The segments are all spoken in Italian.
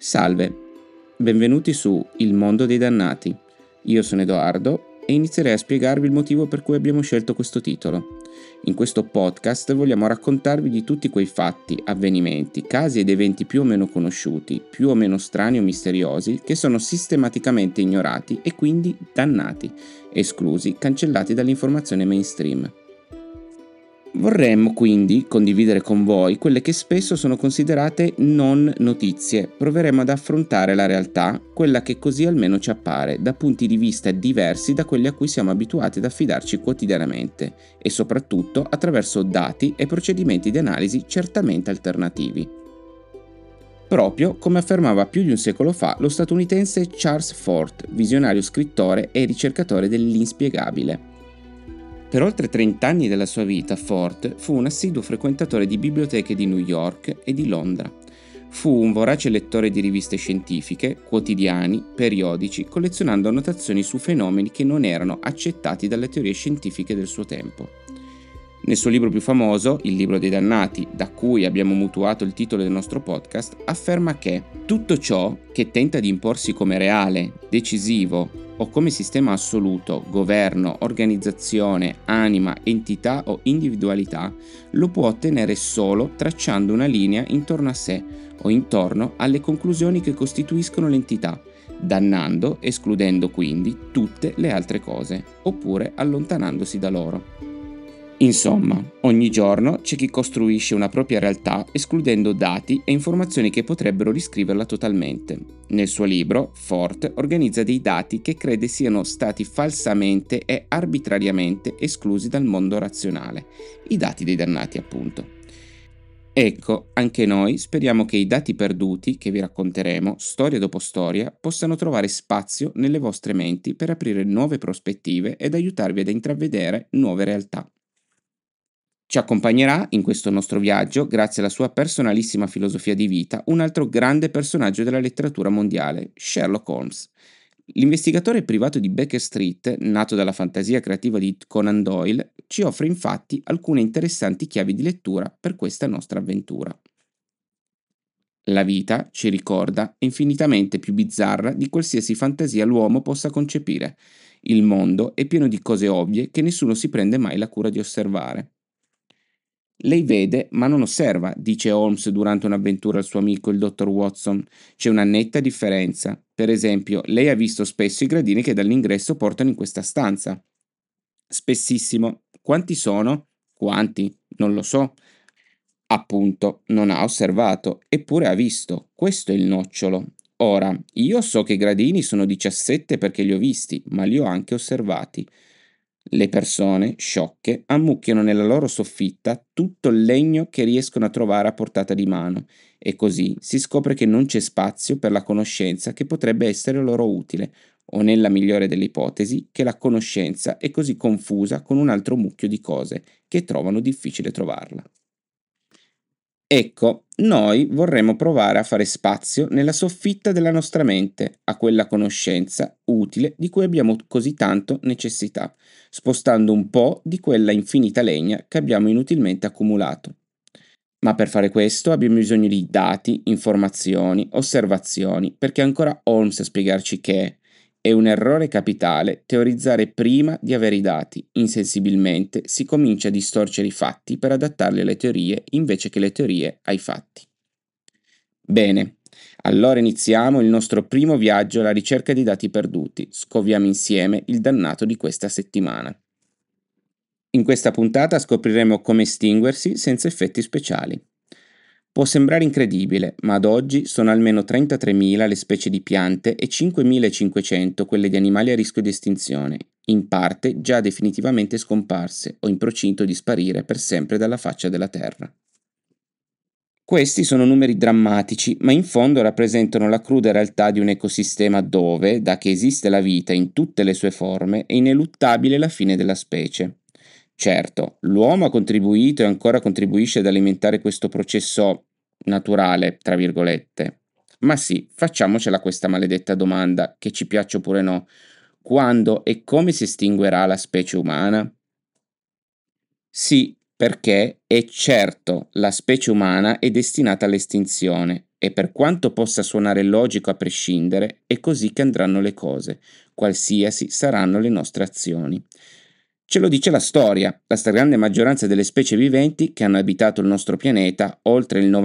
Salve, benvenuti su Il mondo dei dannati. Io sono Edoardo e inizierei a spiegarvi il motivo per cui abbiamo scelto questo titolo. In questo podcast vogliamo raccontarvi di tutti quei fatti, avvenimenti, casi ed eventi più o meno conosciuti, più o meno strani o misteriosi, che sono sistematicamente ignorati e quindi dannati, esclusi, cancellati dall'informazione mainstream. Vorremmo quindi condividere con voi quelle che spesso sono considerate non notizie. Proveremo ad affrontare la realtà, quella che così almeno ci appare, da punti di vista diversi da quelli a cui siamo abituati ad affidarci quotidianamente e soprattutto attraverso dati e procedimenti di analisi certamente alternativi. Proprio come affermava più di un secolo fa lo statunitense Charles Fort, visionario scrittore e ricercatore dell'inspiegabile. Per oltre 30 anni della sua vita, Ford fu un assiduo frequentatore di biblioteche di New York e di Londra. Fu un vorace lettore di riviste scientifiche, quotidiani, periodici, collezionando annotazioni su fenomeni che non erano accettati dalle teorie scientifiche del suo tempo. Nel suo libro più famoso, Il libro dei dannati, da cui abbiamo mutuato il titolo del nostro podcast, afferma che tutto ciò che tenta di imporsi come reale, decisivo o come sistema assoluto, governo, organizzazione, anima, entità o individualità, lo può ottenere solo tracciando una linea intorno a sé o intorno alle conclusioni che costituiscono l'entità, dannando, escludendo quindi tutte le altre cose, oppure allontanandosi da loro. Insomma, ogni giorno c'è chi costruisce una propria realtà escludendo dati e informazioni che potrebbero riscriverla totalmente. Nel suo libro, Fort organizza dei dati che crede siano stati falsamente e arbitrariamente esclusi dal mondo razionale, i dati dei dannati appunto. Ecco, anche noi speriamo che i dati perduti che vi racconteremo, storia dopo storia, possano trovare spazio nelle vostre menti per aprire nuove prospettive ed aiutarvi ad intravedere nuove realtà. Ci accompagnerà in questo nostro viaggio, grazie alla sua personalissima filosofia di vita, un altro grande personaggio della letteratura mondiale, Sherlock Holmes. L'investigatore privato di Baker Street, nato dalla fantasia creativa di Conan Doyle, ci offre infatti alcune interessanti chiavi di lettura per questa nostra avventura. La vita, ci ricorda, è infinitamente più bizzarra di qualsiasi fantasia l'uomo possa concepire. Il mondo è pieno di cose ovvie che nessuno si prende mai la cura di osservare. Lei vede, ma non osserva, dice Holmes durante un'avventura al suo amico il dottor Watson. C'è una netta differenza. Per esempio, lei ha visto spesso i gradini che dall'ingresso portano in questa stanza. Spessissimo. Quanti sono? Quanti? Non lo so. Appunto, non ha osservato, eppure ha visto. Questo è il nocciolo. Ora, io so che i gradini sono 17 perché li ho visti, ma li ho anche osservati. Le persone, sciocche, ammucchiano nella loro soffitta tutto il legno che riescono a trovare a portata di mano e così si scopre che non c'è spazio per la conoscenza che potrebbe essere loro utile, o nella migliore delle ipotesi, che la conoscenza è così confusa con un altro mucchio di cose che trovano difficile trovarla. Ecco, noi vorremmo provare a fare spazio nella soffitta della nostra mente a quella conoscenza utile di cui abbiamo così tanto necessità, spostando un po' di quella infinita legna che abbiamo inutilmente accumulato. Ma per fare questo abbiamo bisogno di dati, informazioni, osservazioni, perché è ancora Holmes a spiegarci che è un errore capitale teorizzare prima di avere i dati. Insensibilmente si comincia a distorcere i fatti per adattarli alle teorie invece che le teorie ai fatti. Bene, allora iniziamo il nostro primo viaggio alla ricerca di dati perduti. Scoviamo insieme il dannato di questa settimana. In questa puntata scopriremo come estinguersi senza effetti speciali. Può sembrare incredibile, ma ad oggi sono almeno 33.000 le specie di piante e 5.500 quelle di animali a rischio di estinzione, in parte già definitivamente scomparse o in procinto di sparire per sempre dalla faccia della Terra. Questi sono numeri drammatici, ma in fondo rappresentano la cruda realtà di un ecosistema dove, da che esiste la vita in tutte le sue forme, è ineluttabile la fine della specie. Certo, l'uomo ha contribuito e ancora contribuisce ad alimentare questo processo naturale, tra virgolette. Ma sì, facciamocela questa maledetta domanda, che ci piaccia oppure no. Quando e come si estinguerà la specie umana? Sì, Perché è certo la specie umana è destinata all'estinzione e per quanto possa suonare logico a prescindere, è così che andranno le cose, qualsiasi saranno le nostre azioni. Ce lo dice la stragrande maggioranza delle specie viventi che hanno abitato il nostro pianeta, oltre il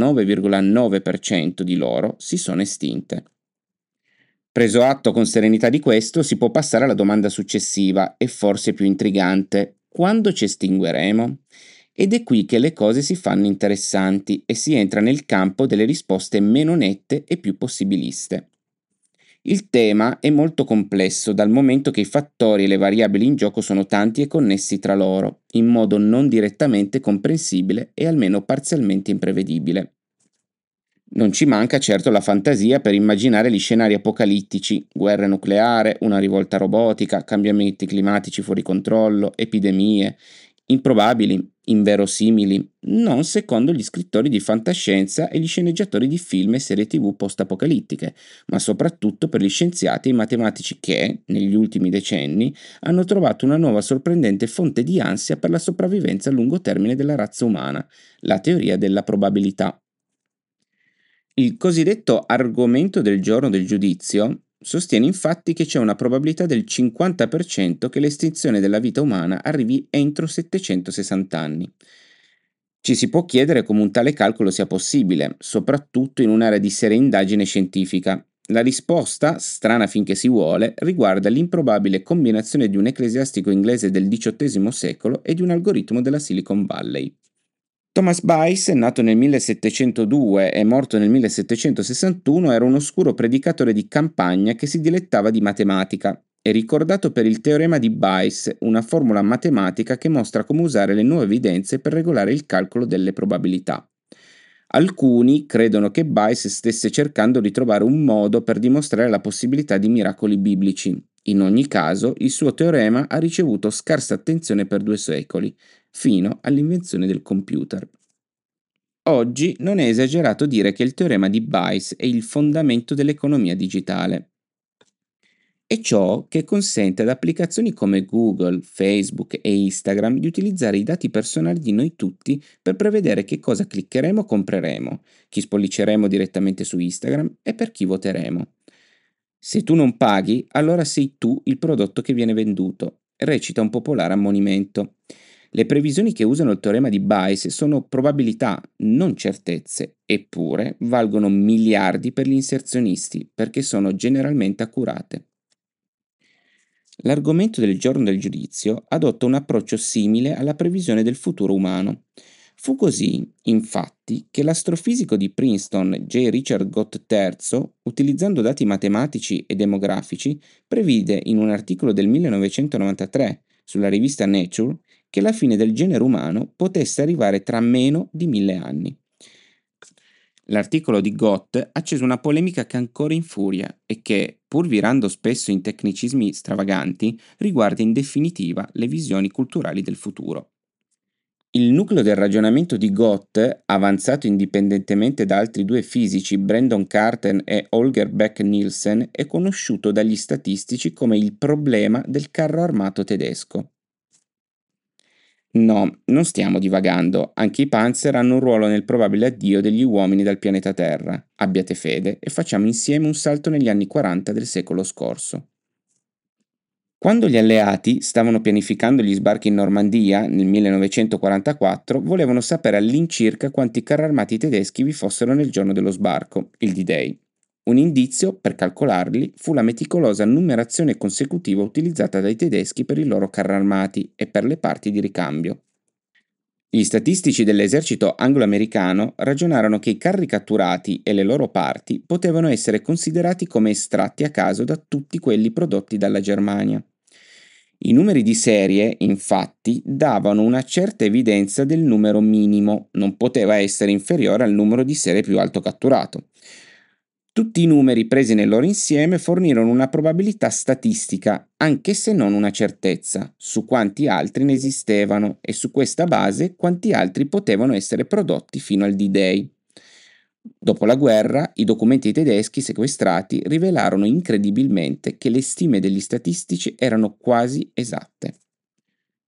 99,9% di loro, si sono estinte. Preso atto con serenità di questo, si può passare alla domanda successiva e forse più intrigante: quando ci estingueremo? Ed è qui che le cose si fanno interessanti e si entra nel campo delle risposte meno nette e più possibiliste. Il tema è molto complesso dal momento che i fattori e le variabili in gioco sono tanti e connessi tra loro, in modo non direttamente comprensibile e almeno parzialmente imprevedibile. Non ci manca certo la fantasia per immaginare gli scenari apocalittici: guerra nucleare, una rivolta robotica, cambiamenti climatici fuori controllo, epidemie, improbabili, inverosimili, non secondo gli scrittori di fantascienza e gli sceneggiatori di film e serie TV post-apocalittiche, ma soprattutto per gli scienziati e i matematici che, negli ultimi decenni, hanno trovato una nuova sorprendente fonte di ansia per la sopravvivenza a lungo termine della razza umana: la teoria della probabilità. Il cosiddetto argomento del giorno del giudizio sostiene infatti che c'è una probabilità del 50% che l'estinzione della vita umana arrivi entro 760 anni. Ci si può chiedere come un tale calcolo sia possibile, soprattutto in un'area di seria indagine scientifica. La risposta, strana finché si vuole, riguarda l'improbabile combinazione di un ecclesiastico inglese del XVIII secolo e di un algoritmo della Silicon Valley. Thomas Bayes, nato nel 1702 e morto nel 1761, era un oscuro predicatore di campagna che si dilettava di matematica. È ricordato per il teorema di Bayes, una formula matematica che mostra come usare le nuove evidenze per regolare il calcolo delle probabilità. Alcuni credono che Bayes stesse cercando di trovare un modo per dimostrare la possibilità di miracoli biblici. In ogni caso, il suo teorema ha ricevuto scarsa attenzione per 2 secoli, fino all'invenzione del computer. Oggi non è esagerato dire che il teorema di Bayes è il fondamento dell'economia digitale. È ciò che consente ad applicazioni come Google, Facebook e Instagram di utilizzare i dati personali di noi tutti per prevedere che cosa cliccheremo o compreremo, chi spolliceremo direttamente su Instagram e per chi voteremo. Se tu non paghi, allora sei tu il prodotto che viene venduto, recita un popolare ammonimento. Le previsioni che usano il teorema di Bayes sono probabilità, non certezze, eppure valgono miliardi per gli inserzionisti perché sono generalmente accurate. L'argomento del giorno del giudizio adotta un approccio simile alla previsione del futuro umano. Fu così, infatti, che l'astrofisico di Princeton J. Richard Gott III, utilizzando dati matematici e demografici, previde in un articolo del 1993 sulla rivista Nature che la fine del genere umano potesse arrivare tra meno di 1000 anni. L'articolo di Gott ha acceso una polemica che ancora infuria e che, pur virando spesso in tecnicismi stravaganti, riguarda in definitiva le visioni culturali del futuro. Il nucleo del ragionamento di Gott, avanzato indipendentemente da altri due fisici, Brandon Carter e Holger Beck Nielsen, è conosciuto dagli statistici come il problema del carro armato tedesco. No, non stiamo divagando, anche i Panzer hanno un ruolo nel probabile addio degli uomini dal pianeta Terra. Abbiate fede e facciamo insieme un salto negli anni 40 del secolo scorso. Quando gli alleati stavano pianificando gli sbarchi in Normandia nel 1944, volevano sapere all'incirca quanti carri armati tedeschi vi fossero nel giorno dello sbarco, il D-Day. Un indizio, per calcolarli, fu la meticolosa numerazione consecutiva utilizzata dai tedeschi per i loro carri armati e per le parti di ricambio. Gli statistici dell'esercito anglo-americano ragionarono che i carri catturati e le loro parti potevano essere considerati come estratti a caso da tutti quelli prodotti dalla Germania. I numeri di serie, infatti, davano una certa evidenza del numero minimo, non poteva essere inferiore al numero di serie più alto catturato. Tutti i numeri presi nel loro insieme fornirono una probabilità statistica, anche se non una certezza, su quanti altri ne esistevano e su questa base quanti altri potevano essere prodotti fino al D-Day. Dopo la guerra, i documenti tedeschi sequestrati rivelarono incredibilmente che le stime degli statistici erano quasi esatte.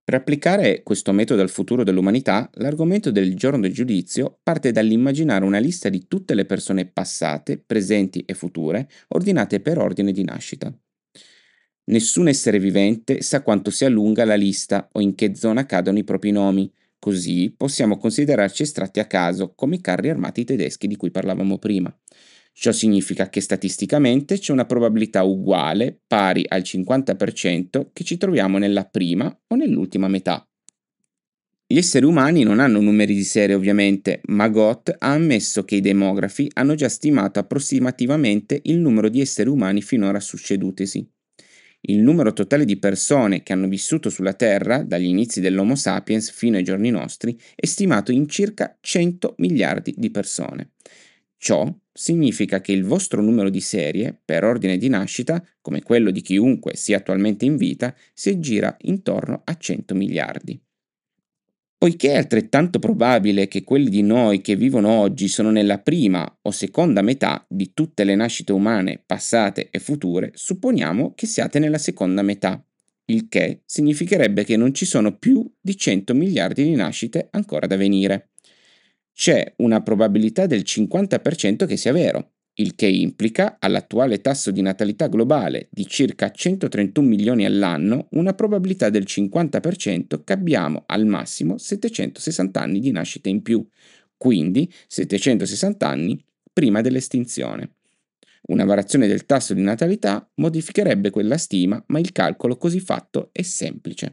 Per applicare questo metodo al futuro dell'umanità, l'argomento del giorno del giudizio parte dall'immaginare una lista di tutte le persone passate, presenti e future, ordinate per ordine di nascita. Nessun essere vivente sa quanto sia lunga la lista o in che zona cadono i propri nomi, così possiamo considerarci estratti a caso, come i carri armati tedeschi di cui parlavamo prima. Ciò significa che statisticamente c'è una probabilità uguale, pari al 50%, che ci troviamo nella prima o nell'ultima metà. Gli esseri umani non hanno numeri di serie ovviamente, ma Gott ha ammesso che i demografi hanno già stimato approssimativamente il numero di esseri umani finora succedutisi. Il numero totale di persone che hanno vissuto sulla Terra, dagli inizi dell'Homo sapiens fino ai giorni nostri, è stimato in circa 100 miliardi di persone. Ciò significa che il vostro numero di serie, per ordine di nascita, come quello di chiunque sia attualmente in vita, si aggira intorno a 100 miliardi. Poiché è altrettanto probabile che quelli di noi che vivono oggi sono nella prima o seconda metà di tutte le nascite umane passate e future, supponiamo che siate nella seconda metà, il che significherebbe che non ci sono più di 100 miliardi di nascite ancora da venire. C'è una probabilità del 50% che sia vero, il che implica, all'attuale tasso di natalità globale di circa 131 milioni all'anno, una probabilità del 50% che abbiamo al massimo 760 anni di nascita in più, quindi 760 anni prima dell'estinzione. Una variazione del tasso di natalità modificherebbe quella stima, ma il calcolo così fatto è semplice.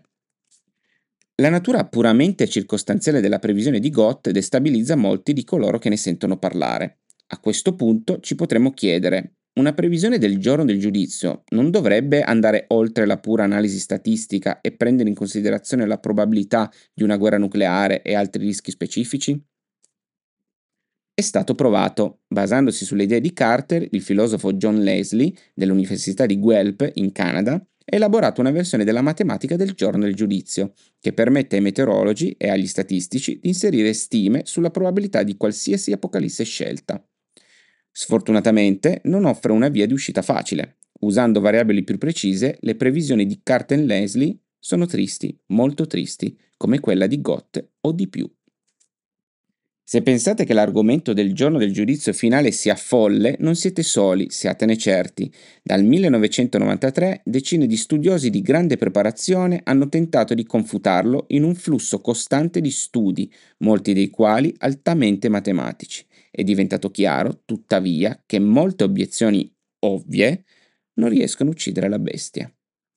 La natura puramente circostanziale della previsione di Gott destabilizza molti di coloro che ne sentono parlare. A questo punto ci potremmo chiedere: una previsione del giorno del giudizio non dovrebbe andare oltre la pura analisi statistica e prendere in considerazione la probabilità di una guerra nucleare e altri rischi specifici? È stato provato, basandosi sulle idee di Carter, il filosofo John Leslie dell'Università di Guelph in Canada ha elaborato una versione della matematica del giorno del giudizio, che permette ai meteorologi e agli statistici di inserire stime sulla probabilità di qualsiasi apocalisse scelta. Sfortunatamente non offre una via di uscita facile. Usando variabili più precise, le previsioni di Carter-Leslie sono tristi, molto tristi, come quella di Gott o di più. Se pensate che l'argomento del giorno del giudizio finale sia folle, non siete soli, siatene certi. Dal 1993 decine di studiosi di grande preparazione hanno tentato di confutarlo in un flusso costante di studi, molti dei quali altamente matematici. È diventato chiaro, tuttavia, che molte obiezioni ovvie non riescono a uccidere la bestia.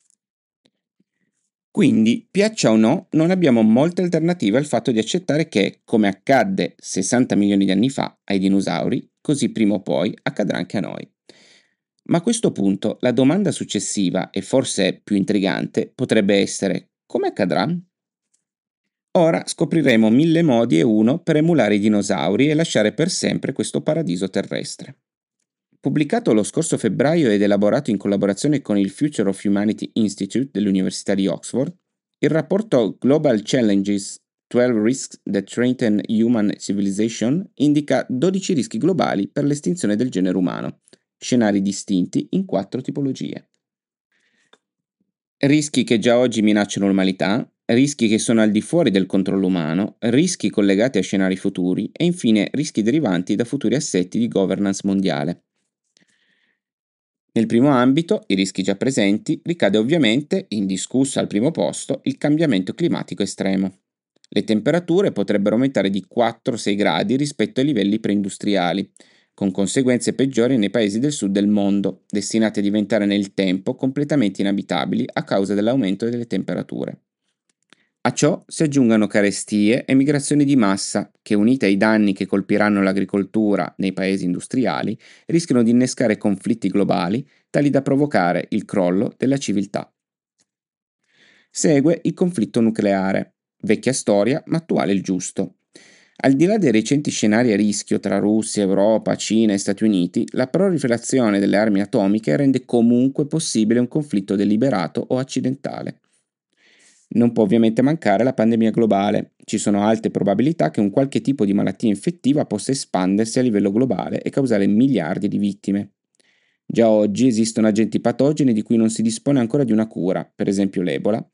Quindi, piaccia o no, non abbiamo molte alternative al fatto di accettare che, come accadde 60 milioni di anni fa ai dinosauri, così prima o poi accadrà anche a noi. Ma a questo punto la domanda successiva, e forse più intrigante, potrebbe essere: come accadrà? Ora scopriremo 1000 modi e uno per emulare i dinosauri e lasciare per sempre questo paradiso terrestre. Pubblicato lo scorso febbraio ed elaborato in collaborazione con il Future of Humanity Institute dell'Università di Oxford, il rapporto Global Challenges 12 Risks That Threaten Human Civilization indica 12 rischi globali per l'estinzione del genere umano, scenari distinti in 4 tipologie. Rischi che già oggi minacciano l'umanità, rischi che sono al di fuori del controllo umano, rischi collegati a scenari futuri e infine rischi derivanti da futuri assetti di governance mondiale. Nel primo ambito, i rischi già presenti, ricade ovviamente, indiscusso al primo posto, il cambiamento climatico estremo. Le temperature potrebbero aumentare di 4-6 gradi rispetto ai livelli preindustriali, con conseguenze peggiori nei paesi del sud del mondo, destinati a diventare nel tempo completamente inabitabili a causa dell'aumento delle temperature. A ciò si aggiungano carestie e migrazioni di massa che, unite ai danni che colpiranno l'agricoltura nei paesi industriali, rischiano di innescare conflitti globali tali da provocare il crollo della civiltà. Segue il conflitto nucleare, vecchia storia ma attuale il giusto. Al di là dei recenti scenari a rischio tra Russia, Europa, Cina e Stati Uniti, la proliferazione delle armi atomiche rende comunque possibile un conflitto deliberato o accidentale. Non può ovviamente mancare la pandemia globale. Ci sono alte probabilità che un qualche tipo di malattia infettiva possa espandersi a livello globale e causare miliardi di vittime. Già oggi esistono agenti patogeni di cui non si dispone ancora di una cura, per esempio l'Ebola,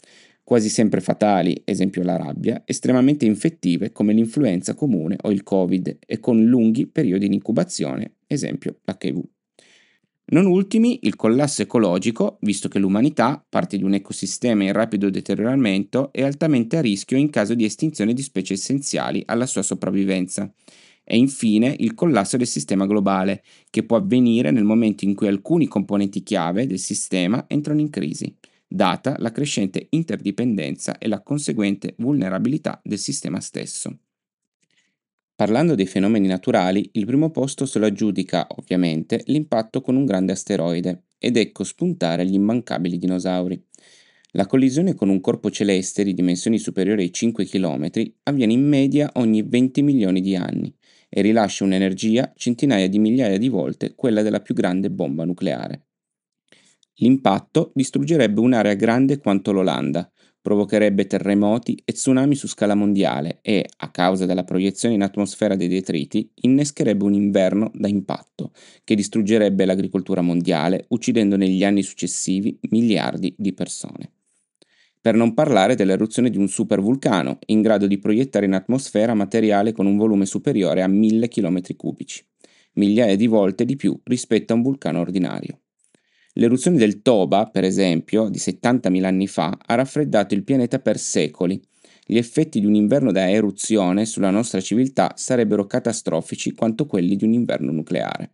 quasi sempre fatali, esempio la rabbia, estremamente infettive come l'influenza comune o il Covid e con lunghi periodi di incubazione, esempio l'HIV. Non ultimi il collasso ecologico, visto che l'umanità, parte di un ecosistema in rapido deterioramento, è altamente a rischio in caso di estinzione di specie essenziali alla sua sopravvivenza. E infine il collasso del sistema globale, che può avvenire nel momento in cui alcuni componenti chiave del sistema entrano in crisi, data la crescente interdipendenza e la conseguente vulnerabilità del sistema stesso. Parlando dei fenomeni naturali, il primo posto se lo aggiudica, ovviamente, l'impatto con un grande asteroide, ed ecco spuntare gli immancabili dinosauri. La collisione con un corpo celeste di dimensioni superiori ai 5 km avviene in media ogni 20 milioni di anni e rilascia un'energia centinaia di migliaia di volte quella della più grande bomba nucleare. L'impatto distruggerebbe un'area grande quanto l'Olanda, provocherebbe terremoti e tsunami su scala mondiale e, a causa della proiezione in atmosfera dei detriti, innescherebbe un inverno da impatto che distruggerebbe l'agricoltura mondiale, uccidendo negli anni successivi miliardi di persone. Per non parlare dell'eruzione di un supervulcano, in grado di proiettare in atmosfera materiale con un volume superiore a 1000 km cubici, migliaia di volte di più rispetto a un vulcano ordinario. L'eruzione del Toba, per esempio, di 70.000 anni fa, ha raffreddato il pianeta per secoli. Gli effetti di un inverno da eruzione sulla nostra civiltà sarebbero catastrofici quanto quelli di un inverno nucleare.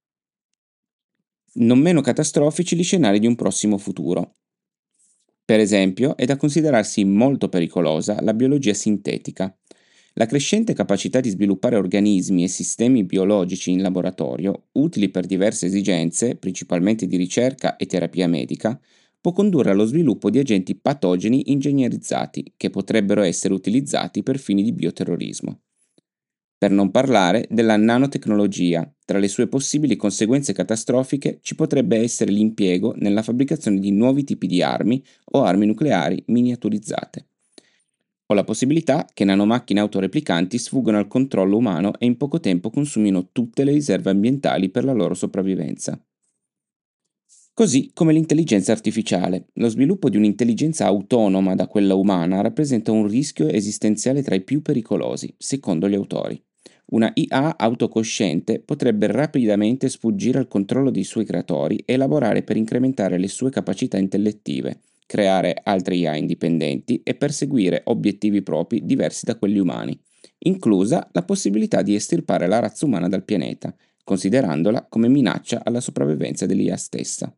Non meno catastrofici gli scenari di un prossimo futuro. Per esempio, è da considerarsi molto pericolosa la biologia sintetica. La crescente capacità di sviluppare organismi e sistemi biologici in laboratorio, utili per diverse esigenze, principalmente di ricerca e terapia medica, può condurre allo sviluppo di agenti patogeni ingegnerizzati che potrebbero essere utilizzati per fini di bioterrorismo. Per non parlare della nanotecnologia. Tra le sue possibili conseguenze catastrofiche ci potrebbe essere l'impiego nella fabbricazione di nuovi tipi di armi o armi nucleari miniaturizzate. O la possibilità che nanomacchine autoreplicanti sfuggano al controllo umano e in poco tempo consumino tutte le riserve ambientali per la loro sopravvivenza. Così come l'intelligenza artificiale. Lo sviluppo di un'intelligenza autonoma da quella umana rappresenta un rischio esistenziale tra i più pericolosi, secondo gli autori. Una IA autocosciente potrebbe rapidamente sfuggire al controllo dei suoi creatori e lavorare per incrementare le sue capacità intellettive, creare altre IA indipendenti e perseguire obiettivi propri diversi da quelli umani, inclusa la possibilità di estirpare la razza umana dal pianeta, considerandola come minaccia alla sopravvivenza dell'IA stessa.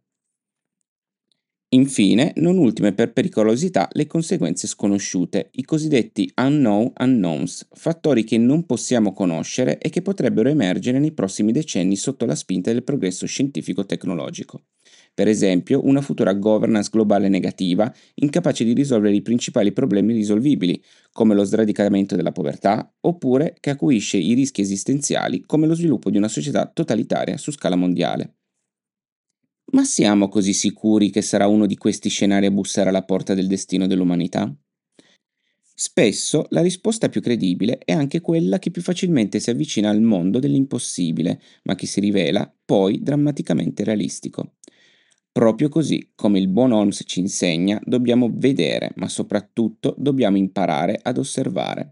Infine, non ultime per pericolosità, le conseguenze sconosciute, i cosiddetti unknown unknowns, fattori che non possiamo conoscere e che potrebbero emergere nei prossimi decenni sotto la spinta del progresso scientifico-tecnologico. Per esempio, una futura governance globale negativa, incapace di risolvere i principali problemi risolvibili, come lo sradicamento della povertà, oppure che acuisce i rischi esistenziali, come lo sviluppo di una società totalitaria su scala mondiale. Ma siamo così sicuri che sarà uno di questi scenari a bussare alla porta del destino dell'umanità? Spesso la risposta più credibile è anche quella che più facilmente si avvicina al mondo dell'impossibile, ma che si rivela poi drammaticamente realistico. Proprio così, come il buon Holmes ci insegna, dobbiamo vedere, ma soprattutto dobbiamo imparare ad osservare.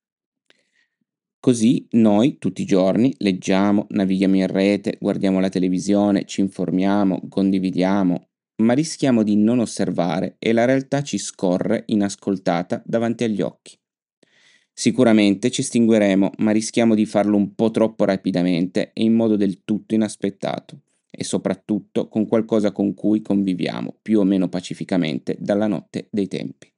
Così noi tutti i giorni leggiamo, navighiamo in rete, guardiamo la televisione, ci informiamo, condividiamo, ma rischiamo di non osservare e la realtà ci scorre inascoltata davanti agli occhi. Sicuramente ci estingueremo, ma rischiamo di farlo un po' troppo rapidamente e in modo del tutto inaspettato, e soprattutto con qualcosa con cui conviviamo più o meno pacificamente dalla notte dei tempi.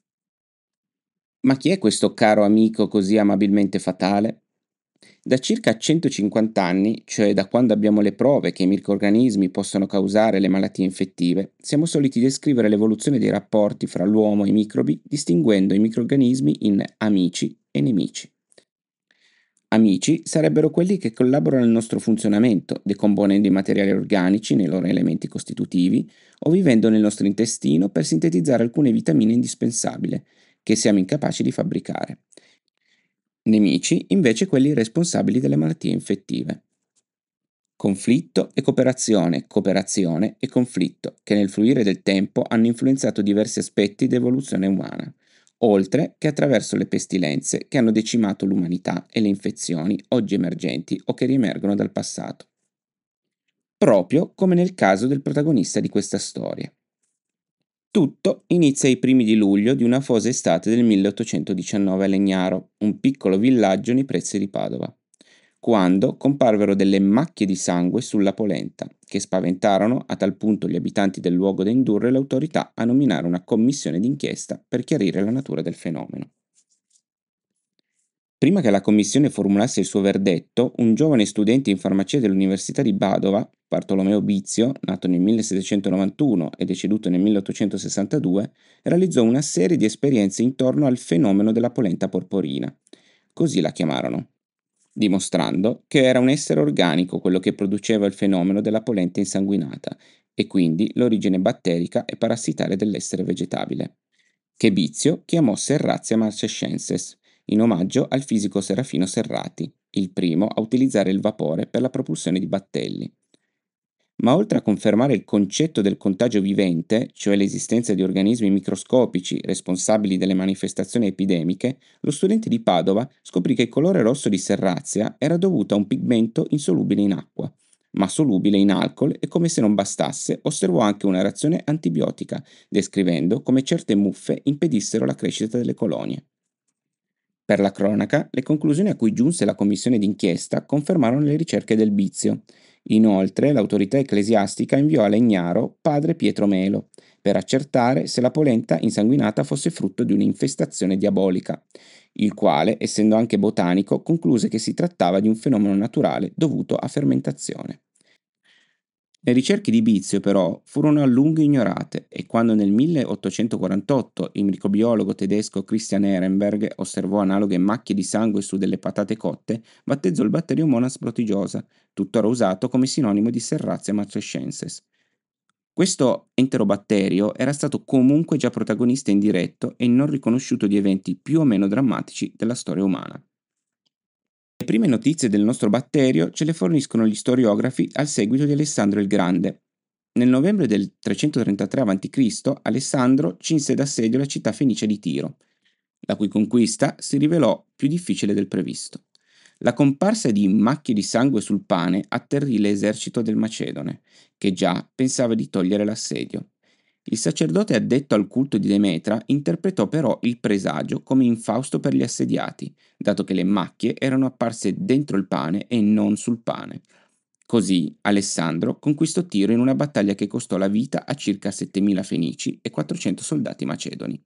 Ma chi è questo caro amico così amabilmente fatale? Da circa 150 anni, cioè da quando abbiamo le prove che i microrganismi possono causare le malattie infettive, siamo soliti descrivere l'evoluzione dei rapporti fra l'uomo e i microbi distinguendo i microrganismi in amici e nemici. Amici sarebbero quelli che collaborano al nostro funzionamento, decomponendo i materiali organici nei loro elementi costitutivi o vivendo nel nostro intestino per sintetizzare alcune vitamine indispensabili che siamo incapaci di fabbricare. Nemici, invece, quelli responsabili delle malattie infettive. Conflitto e cooperazione, cooperazione e conflitto, che nel fluire del tempo hanno influenzato diversi aspetti dell'evoluzione umana, oltre che attraverso le pestilenze che hanno decimato l'umanità e le infezioni oggi emergenti o che riemergono dal passato. Proprio come nel caso del protagonista di questa storia. Tutto inizia ai primi di luglio di una afosa estate del 1819 a Legnaro, un piccolo villaggio nei pressi di Padova, quando comparvero delle macchie di sangue sulla polenta, che spaventarono a tal punto gli abitanti del luogo da indurre l'autorità a nominare una commissione d'inchiesta per chiarire la natura del fenomeno. Prima che la commissione formulasse il suo verdetto, un giovane studente in farmacia dell'Università di Padova, Bartolomeo Bizio, nato nel 1791 e deceduto nel 1862, realizzò una serie di esperienze intorno al fenomeno della polenta porporina. Così la chiamarono, dimostrando che era un essere organico quello che produceva il fenomeno della polenta insanguinata e quindi l'origine batterica e parassitaria dell'essere vegetabile, che Bizio chiamò Serratia marcescenses, in omaggio al fisico Serafino Serrati, il primo a utilizzare il vapore per la propulsione di battelli. Ma oltre a confermare il concetto del contagio vivente, cioè l'esistenza di organismi microscopici responsabili delle manifestazioni epidemiche, lo studente di Padova scoprì che il colore rosso di Serrazia era dovuto a un pigmento insolubile in acqua, ma solubile in alcol e come se non bastasse osservò anche una reazione antibiotica, descrivendo come certe muffe impedissero la crescita delle colonie. Per la cronaca, le conclusioni a cui giunse la commissione d'inchiesta confermarono le ricerche del Bizio. Inoltre, l'autorità ecclesiastica inviò a Legnaro padre Pietro Melo per accertare se la polenta insanguinata fosse frutto di un'infestazione diabolica, il quale, essendo anche botanico, concluse che si trattava di un fenomeno naturale dovuto a fermentazione. Le ricerche di Bizio, però, furono a lungo ignorate e quando nel 1848 il microbiologo tedesco Christian Ehrenberg osservò analoghe macchie di sangue su delle patate cotte, battezzò il batterio Monas prodigiosa, tuttora usato come sinonimo di Serratia matrescenses. Questo enterobatterio era stato comunque già protagonista indiretto e non riconosciuto di eventi più o meno drammatici della storia umana. Le prime notizie del nostro batterio ce le forniscono gli storiografi al seguito di Alessandro il Grande. Nel novembre del 333 a.C. Alessandro cinse d'assedio la città fenicia di Tiro, la cui conquista si rivelò più difficile del previsto. La comparsa di macchie di sangue sul pane atterrì l'esercito del Macedone, che già pensava di togliere l'assedio. Il sacerdote addetto al culto di Demetra interpretò però il presagio come infausto per gli assediati, dato che le macchie erano apparse dentro il pane e non sul pane. Così Alessandro conquistò Tiro in una battaglia che costò la vita a circa 7.000 fenici e 400 soldati macedoni.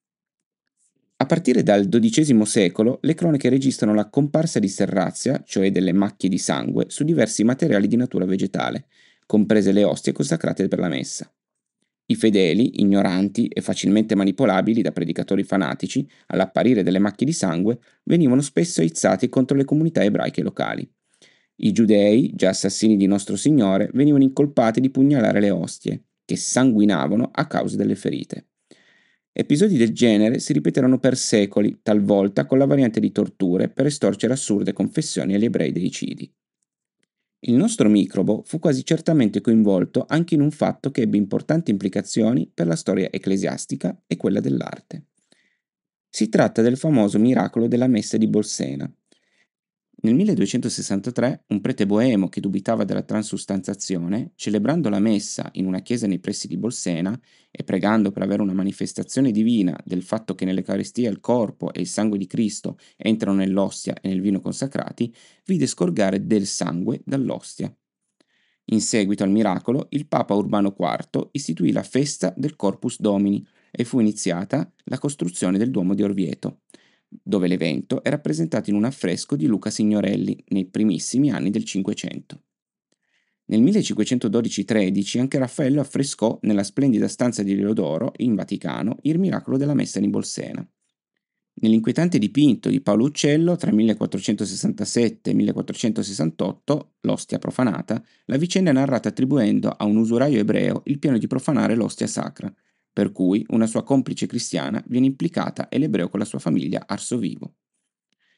A partire dal XII secolo, le cronache registrano la comparsa di serrazia, cioè delle macchie di sangue, su diversi materiali di natura vegetale, comprese le ostie consacrate per la messa. I fedeli, ignoranti e facilmente manipolabili da predicatori fanatici, all'apparire delle macchie di sangue, venivano spesso aizzati contro le comunità ebraiche locali. I giudei, già assassini di Nostro Signore, venivano incolpati di pugnalare le ostie, che sanguinavano a causa delle ferite. Episodi del genere si ripeterono per secoli, talvolta con la variante di torture per estorcere assurde confessioni agli ebrei deicidi. Il nostro microbo fu quasi certamente coinvolto anche in un fatto che ebbe importanti implicazioni per la storia ecclesiastica e quella dell'arte. Si tratta del famoso miracolo della messa di Bolsena. Nel 1263 un prete boemo che dubitava della transustanzazione, celebrando la messa in una chiesa nei pressi di Bolsena e pregando per avere una manifestazione divina del fatto che nell'Eucaristia il corpo e il sangue di Cristo entrano nell'ostia e nel vino consacrati, vide scorgare del sangue dall'ostia. In seguito al miracolo, il Papa Urbano IV istituì la festa del Corpus Domini e fu iniziata la costruzione del Duomo di Orvieto, dove l'evento è rappresentato in un affresco di Luca Signorelli nei primissimi anni del Cinquecento. Nel 1512-13 anche Raffaello affrescò nella splendida stanza di Leodoro, in Vaticano, il miracolo della messa in Bolsena. Nell'inquietante dipinto di Paolo Uccello tra 1467 e 1468, l'ostia profanata, la vicenda è narrata attribuendo a un usuraio ebreo il piano di profanare l'ostia sacra, per cui una sua complice cristiana viene implicata e l'ebreo con la sua famiglia arso vivo.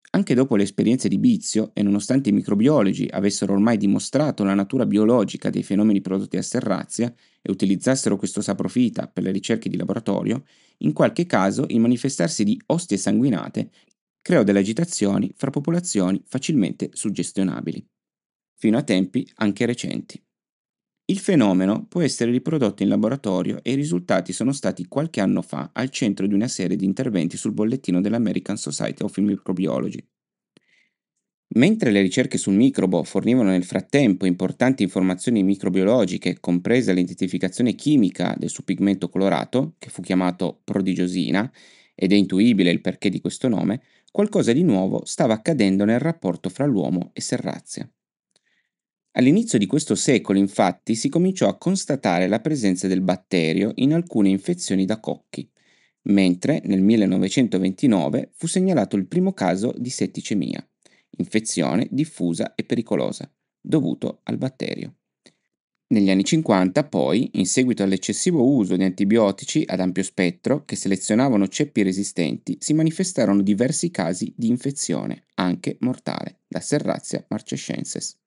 Anche dopo le esperienze di Bizio, e nonostante i microbiologi avessero ormai dimostrato la natura biologica dei fenomeni prodotti a serrazia e utilizzassero questo saprofita per le ricerche di laboratorio, in qualche caso il manifestarsi di ostie sanguinate creò delle agitazioni fra popolazioni facilmente suggestionabili, fino a tempi anche recenti. Il fenomeno può essere riprodotto in laboratorio e i risultati sono stati qualche anno fa al centro di una serie di interventi sul bollettino dell'American Society of Microbiology. Mentre le ricerche sul microbo fornivano nel frattempo importanti informazioni microbiologiche, compresa l'identificazione chimica del suo pigmento colorato, che fu chiamato prodigiosina, ed è intuibile il perché di questo nome, qualcosa di nuovo stava accadendo nel rapporto fra l'uomo e Serrazia. All'inizio di questo secolo, infatti, si cominciò a constatare la presenza del batterio in alcune infezioni da cocchi, mentre nel 1929 fu segnalato il primo caso di setticemia, infezione diffusa e pericolosa, dovuto al batterio. Negli anni 50, poi, in seguito all'eccessivo uso di antibiotici ad ampio spettro che selezionavano ceppi resistenti, si manifestarono diversi casi di infezione, anche mortale, da Serratia marcescenses.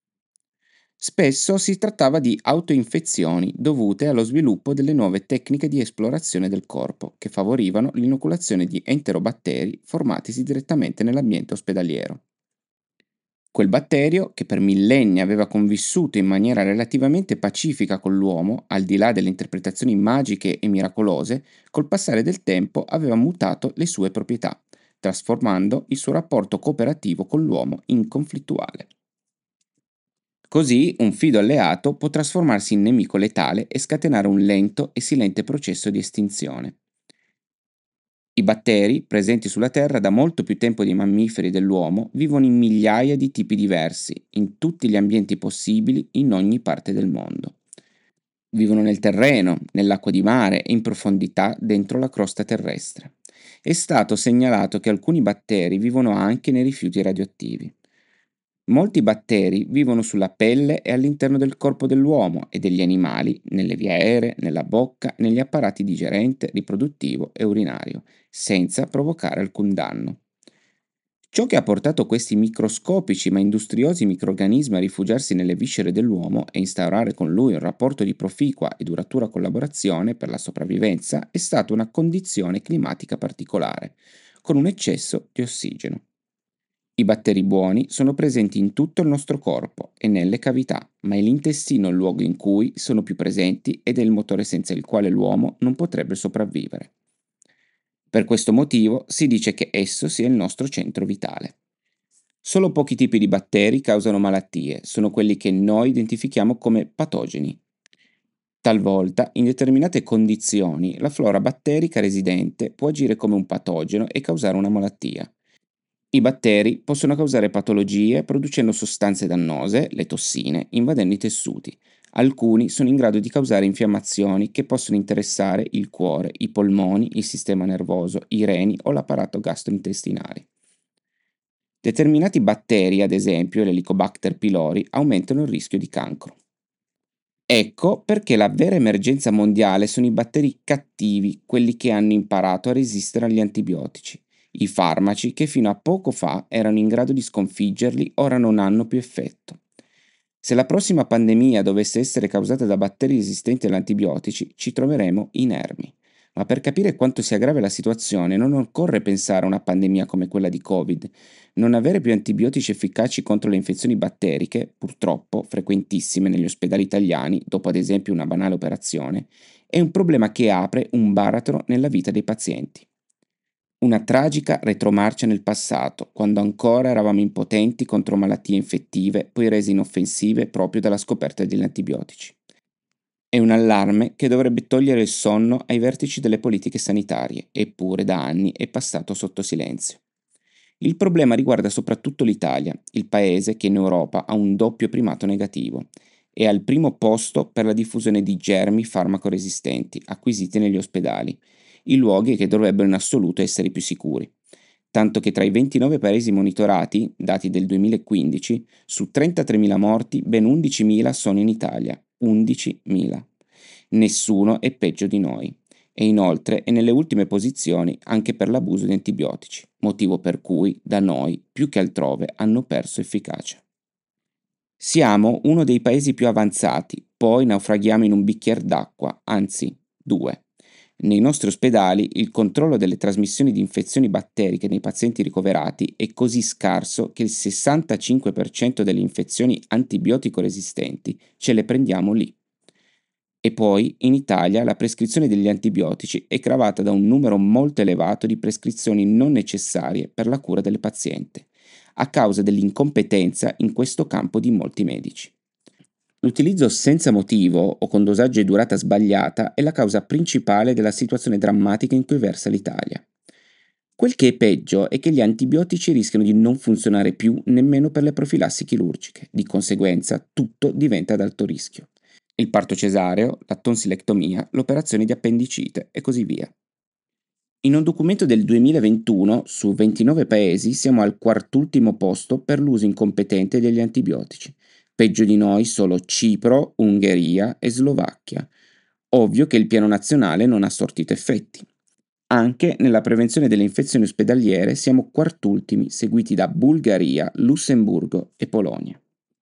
Spesso si trattava di autoinfezioni dovute allo sviluppo delle nuove tecniche di esplorazione del corpo, che favorivano l'inoculazione di enterobatteri formatisi direttamente nell'ambiente ospedaliero. Quel batterio, che per millenni aveva convissuto in maniera relativamente pacifica con l'uomo, al di là delle interpretazioni magiche e miracolose, col passare del tempo aveva mutato le sue proprietà, trasformando il suo rapporto cooperativo con l'uomo in conflittuale. Così un fido alleato può trasformarsi in nemico letale e scatenare un lento e silente processo di estinzione. I batteri, presenti sulla Terra da molto più tempo dei mammiferi e dell'uomo, vivono in migliaia di tipi diversi, in tutti gli ambienti possibili, in ogni parte del mondo. Vivono nel terreno, nell'acqua di mare e in profondità dentro la crosta terrestre. È stato segnalato che alcuni batteri vivono anche nei rifiuti radioattivi. Molti batteri vivono sulla pelle e all'interno del corpo dell'uomo e degli animali, nelle vie aeree, nella bocca, negli apparati digerente, riproduttivo e urinario, senza provocare alcun danno. Ciò che ha portato questi microscopici ma industriosi microrganismi a rifugiarsi nelle viscere dell'uomo e instaurare con lui un rapporto di proficua e duratura collaborazione per la sopravvivenza è stata una condizione climatica particolare, con un eccesso di ossigeno. I batteri buoni sono presenti in tutto il nostro corpo e nelle cavità, ma è l'intestino il luogo in cui sono più presenti ed è il motore senza il quale l'uomo non potrebbe sopravvivere. Per questo motivo si dice che esso sia il nostro centro vitale. Solo pochi tipi di batteri causano malattie, sono quelli che noi identifichiamo come patogeni. Talvolta, in determinate condizioni, la flora batterica residente può agire come un patogeno e causare una malattia. I batteri possono causare patologie producendo sostanze dannose, le tossine, invadendo i tessuti. Alcuni sono in grado di causare infiammazioni che possono interessare il cuore, i polmoni, il sistema nervoso, i reni o l'apparato gastrointestinale. Determinati batteri, ad esempio l'Helicobacter pylori, aumentano il rischio di cancro. Ecco perché la vera emergenza mondiale sono i batteri cattivi, quelli che hanno imparato a resistere agli antibiotici. I farmaci che fino a poco fa erano in grado di sconfiggerli ora non hanno più effetto. Se la prossima pandemia dovesse essere causata da batteri resistenti agli antibiotici, ci troveremo inermi. Ma per capire quanto sia grave la situazione non occorre pensare a una pandemia come quella di Covid. Non avere più antibiotici efficaci contro le infezioni batteriche, purtroppo frequentissime negli ospedali italiani, dopo ad esempio una banale operazione, è un problema che apre un baratro nella vita dei pazienti. Una tragica retromarcia nel passato, quando ancora eravamo impotenti contro malattie infettive, poi rese inoffensive proprio dalla scoperta degli antibiotici. È un allarme che dovrebbe togliere il sonno ai vertici delle politiche sanitarie, eppure da anni è passato sotto silenzio. Il problema riguarda soprattutto l'Italia, il paese che in Europa ha un doppio primato negativo. È al primo posto per la diffusione di germi farmaco-resistenti acquisiti negli ospedali, i luoghi che dovrebbero in assoluto essere i più sicuri. Tanto che tra i 29 paesi monitorati, dati del 2015, su 33.000 morti, ben 11.000 sono in Italia. 11.000. Nessuno è peggio di noi. e inoltre è nelle ultime posizioni anche per l'abuso di antibiotici, motivo per cui da noi più che altrove hanno perso efficacia. Siamo uno dei paesi più avanzati, poi naufraghiamo in un bicchiere d'acqua, anzi due. Nei nostri ospedali il controllo delle trasmissioni di infezioni batteriche nei pazienti ricoverati è così scarso che il 65% delle infezioni antibiotico resistenti ce le prendiamo lì. E poi in Italia la prescrizione degli antibiotici è gravata da un numero molto elevato di prescrizioni non necessarie per la cura del paziente, a causa dell'incompetenza in questo campo di molti medici. L'utilizzo senza motivo o con dosaggio e durata sbagliata è la causa principale della situazione drammatica in cui versa l'Italia. Quel che è peggio è che gli antibiotici rischiano di non funzionare più nemmeno per le profilassi chirurgiche, di conseguenza tutto diventa ad alto rischio. Il parto cesareo, la tonsillectomia, l'operazione di appendicite e così via. In un documento del 2021, su 29 paesi, siamo al quartultimo posto per l'uso incompetente degli antibiotici. Peggio di noi solo Cipro, Ungheria e Slovacchia. Ovvio che il piano nazionale non ha sortito effetti. Anche nella prevenzione delle infezioni ospedaliere siamo quartultimi, seguiti da Bulgaria, Lussemburgo e Polonia.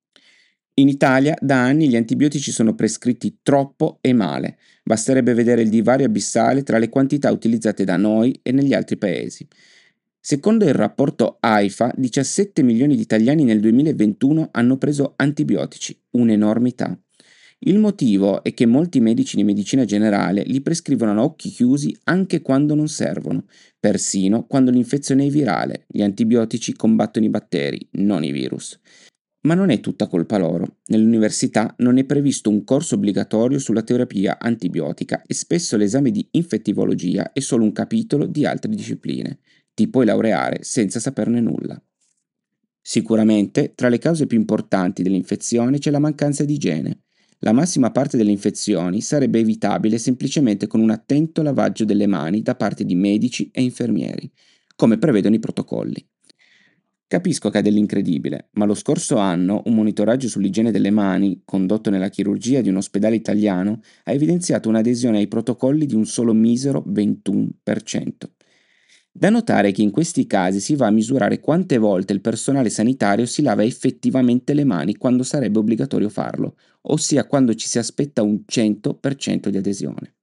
In Italia da anni gli antibiotici sono prescritti troppo e male, basterebbe vedere il divario abissale tra le quantità utilizzate da noi e negli altri paesi. Secondo il rapporto AIFA, 17 milioni di italiani nel 2021 hanno preso antibiotici, un'enormità. Il motivo è che molti medici di medicina generale li prescrivono a occhi chiusi anche quando non servono, persino quando l'infezione è virale. Gli antibiotici combattono i batteri, non i virus. Ma non è tutta colpa loro. Nell'università non è previsto un corso obbligatorio sulla terapia antibiotica e spesso l'esame di infettivologia è solo un capitolo di altre discipline. Ti puoi laureare senza saperne nulla. Sicuramente, tra le cause più importanti dell'infezione c'è la mancanza di igiene. La massima parte delle infezioni sarebbe evitabile semplicemente con un attento lavaggio delle mani da parte di medici e infermieri, come prevedono i protocolli. Capisco che è dell'incredibile, ma lo scorso anno un monitoraggio sull'igiene delle mani, condotto nella chirurgia di un ospedale italiano, ha evidenziato un'adesione ai protocolli di un solo misero 21%. Da notare che in questi casi si va a misurare quante volte il personale sanitario si lava effettivamente le mani quando sarebbe obbligatorio farlo, ossia quando ci si aspetta un 100% di adesione.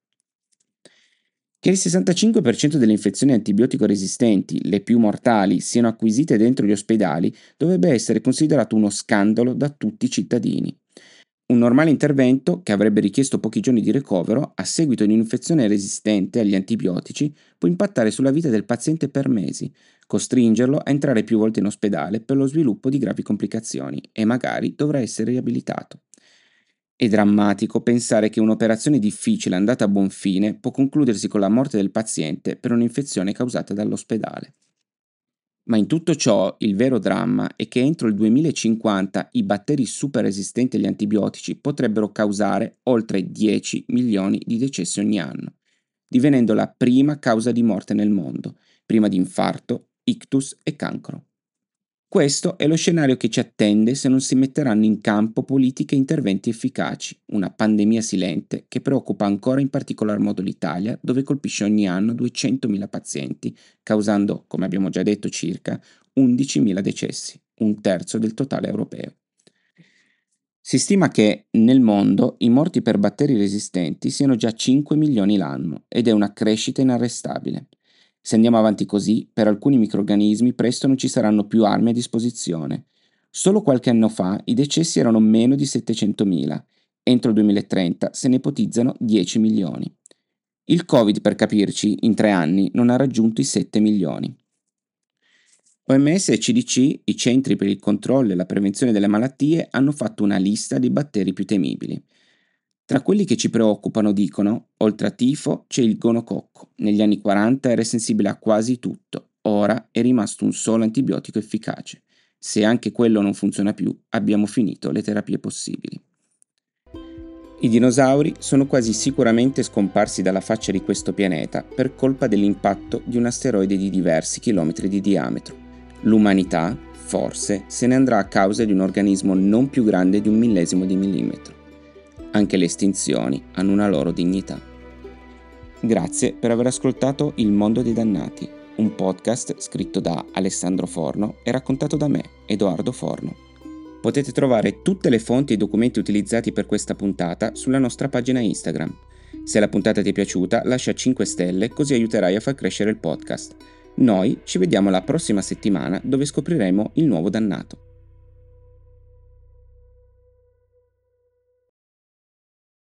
Che il 65% delle infezioni antibiotico resistenti, le più mortali, siano acquisite dentro gli ospedali dovrebbe essere considerato uno scandalo da tutti i cittadini. Un normale intervento, che avrebbe richiesto pochi giorni di ricovero, a seguito di un'infezione resistente agli antibiotici, può impattare sulla vita del paziente per mesi, costringerlo a entrare più volte in ospedale per lo sviluppo di gravi complicazioni e magari dovrà essere riabilitato. È drammatico pensare che un'operazione difficile andata a buon fine può concludersi con la morte del paziente per un'infezione causata dall'ospedale. Ma in tutto ciò il vero dramma è che entro il 2050 i batteri super resistenti agli antibiotici potrebbero causare oltre 10 milioni di decessi ogni anno, divenendo la prima causa di morte nel mondo, prima di infarto, ictus e cancro. Questo è lo scenario che ci attende se non si metteranno in campo politiche e interventi efficaci, una pandemia silente che preoccupa ancora in particolar modo l'Italia, dove colpisce ogni anno 200.000 pazienti, causando, come abbiamo già detto, circa 11.000 decessi, un terzo del totale europeo. Si stima che nel mondo i morti per batteri resistenti siano già 5 milioni l'anno ed è una crescita inarrestabile. Se andiamo avanti così, per alcuni microrganismi presto non ci saranno più armi a disposizione. Solo qualche anno fa i decessi erano meno di 700.000. Entro il 2030 se ne ipotizzano 10 milioni. Il Covid, per capirci, in 3 anni non ha raggiunto i 7 milioni. OMS e CDC, i centri per il controllo e la prevenzione delle malattie, hanno fatto una lista dei batteri più temibili. Tra quelli che ci preoccupano, dicono, oltre a tifo c'è il gonococco. Negli anni 40 era sensibile a quasi tutto, ora è rimasto un solo antibiotico efficace. Se anche quello non funziona più, abbiamo finito le terapie possibili. I dinosauri sono quasi sicuramente scomparsi dalla faccia di questo pianeta per colpa dell'impatto di un asteroide di diversi chilometri di diametro. L'umanità, forse, se ne andrà a causa di un organismo non più grande di 1/1000 di millimetro. Anche le estinzioni hanno una loro dignità. Grazie per aver ascoltato Il Mondo dei Dannati, un podcast scritto da Alessandro Forno e raccontato da me, Edoardo Forno. Potete trovare tutte le fonti e i documenti utilizzati per questa puntata sulla nostra pagina Instagram. Se la puntata ti è piaciuta, lascia 5 stelle così aiuterai a far crescere il podcast. Noi ci vediamo la prossima settimana dove scopriremo il nuovo dannato.